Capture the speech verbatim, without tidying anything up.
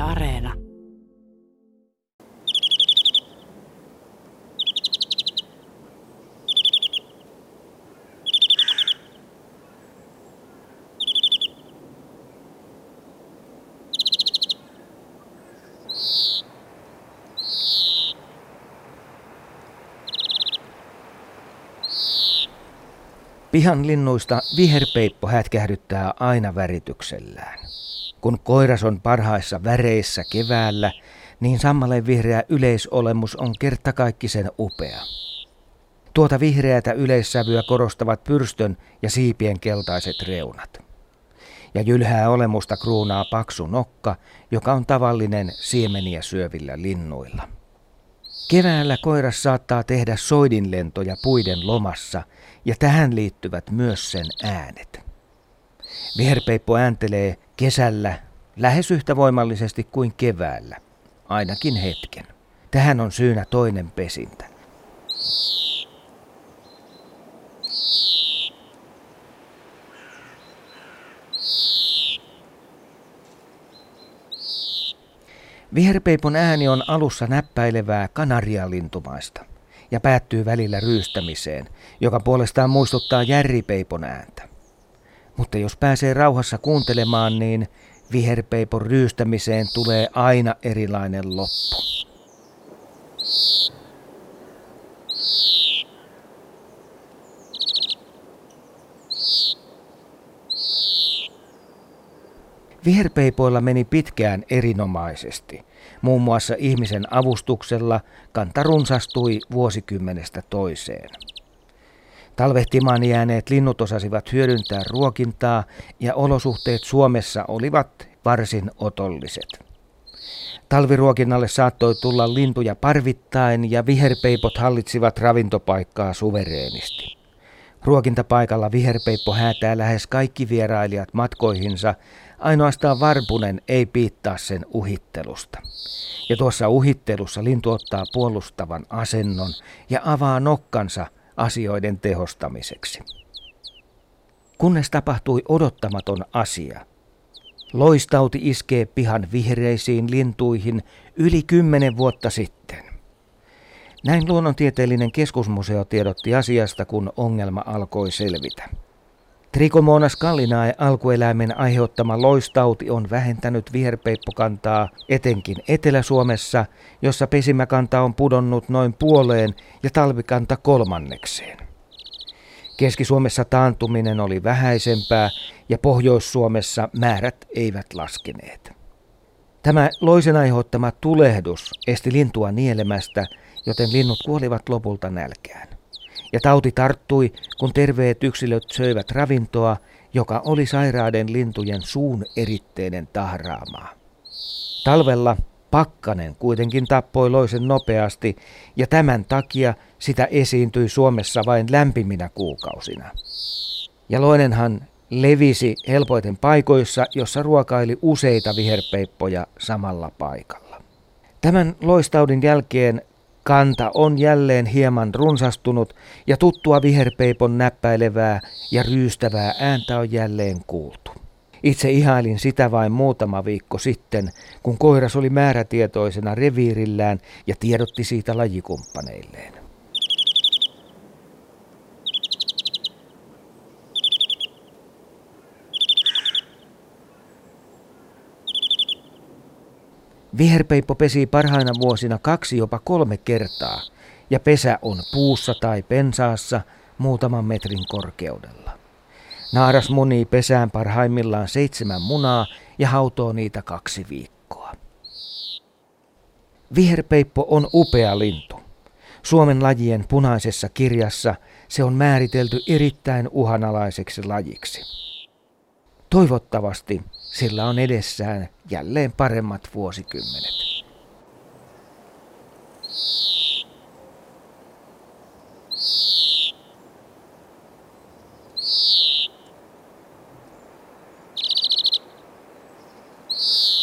Areena. Pihan linnuista viherpeippo hätkähdyttää aina värityksellään. Kun koiras on parhaissa väreissä keväällä, niin sammalenvihreä yleisolemus on kertakaikkisen upea. Tuota vihreätä yleissävyä korostavat pyrstön ja siipien keltaiset reunat. Ja jylhää olemusta kruunaa paksu nokka, joka on tavallinen siemeniä syövillä linnuilla. Keväällä koiras saattaa tehdä soidinlentoja puiden lomassa, ja tähän liittyvät myös sen äänet. Viherpeippo ääntelee kesällä lähes yhtä voimallisesti kuin keväällä, ainakin hetken. Tähän on syynä toinen pesintä. Viherpeipon ääni on alussa näppäilevää kanarialintumaista ja päättyy välillä ryystämiseen, joka puolestaan muistuttaa järripeipon ääntä. Mutta jos pääsee rauhassa kuuntelemaan, niin viherpeipon ryystämiseen tulee aina erilainen loppu. Viherpeipoilla meni pitkään erinomaisesti. Muun muassa ihmisen avustuksella kanta runsastui vuosikymmenestä toiseen. Talvehtimaan jääneet linnut osasivat hyödyntää ruokintaa ja olosuhteet Suomessa olivat varsin otolliset. Talviruokinnalle saattoi tulla lintuja parvittain ja viherpeipot hallitsivat ravintopaikkaa suvereenisti. Ruokintapaikalla viherpeippo häätää lähes kaikki vierailijat matkoihinsa, ainoastaan varpunen ei piittaa sen uhittelusta. Ja tuossa uhittelussa lintu ottaa puolustavan asennon ja avaa nokkansa asioiden tehostamiseksi. Kunnes tapahtui odottamaton asia. Loistauti iskee pihan vihreisiin lintuihin yli kymmenen vuotta sitten. Näin Luonnontieteellinen keskusmuseo tiedotti asiasta, kun ongelma alkoi selvitä. Trichomonas gallinae alkueläimen aiheuttama loistauti on vähentänyt viherpeippokantaa etenkin Etelä-Suomessa, jossa pesimäkanta on pudonnut noin puoleen ja talvikanta kolmannekseen. Keski-Suomessa taantuminen oli vähäisempää ja Pohjois-Suomessa määrät eivät laskeneet. Tämä loisen aiheuttama tulehdus esti lintua nielemästä, joten linnut kuolivat lopulta nälkään. Ja tauti tarttui, kun terveet yksilöt söivät ravintoa, joka oli sairaiden lintujen suun eritteiden tahraamaa. Talvella pakkanen kuitenkin tappoi loisen nopeasti, ja tämän takia sitä esiintyi Suomessa vain lämpiminä kuukausina. Ja loinenhan levisi helpoiten paikoissa, jossa ruokaili useita viherpeippoja samalla paikalla. Tämän loistaudin jälkeen kanta on jälleen hieman runsastunut ja tuttua viherpeipon näppäilevää ja ryystävää ääntä on jälleen kuultu. Itse ihailin sitä vain muutama viikko sitten, kun koiras oli määrätietoisena reviirillään ja tiedotti siitä lajikumppaneilleen. Viherpeippo pesii parhaina vuosina kaksi jopa kolme kertaa, ja pesä on puussa tai pensaassa muutaman metrin korkeudella. Naaras munii pesään parhaimmillaan seitsemän munaa ja hautoo niitä kaksi viikkoa. Viherpeippo on upea lintu. Suomen lajien punaisessa kirjassa se on määritelty erittäin uhanalaiseksi lajiksi. Toivottavasti sillä on edessään jälleen paremmat vuosikymmenet. You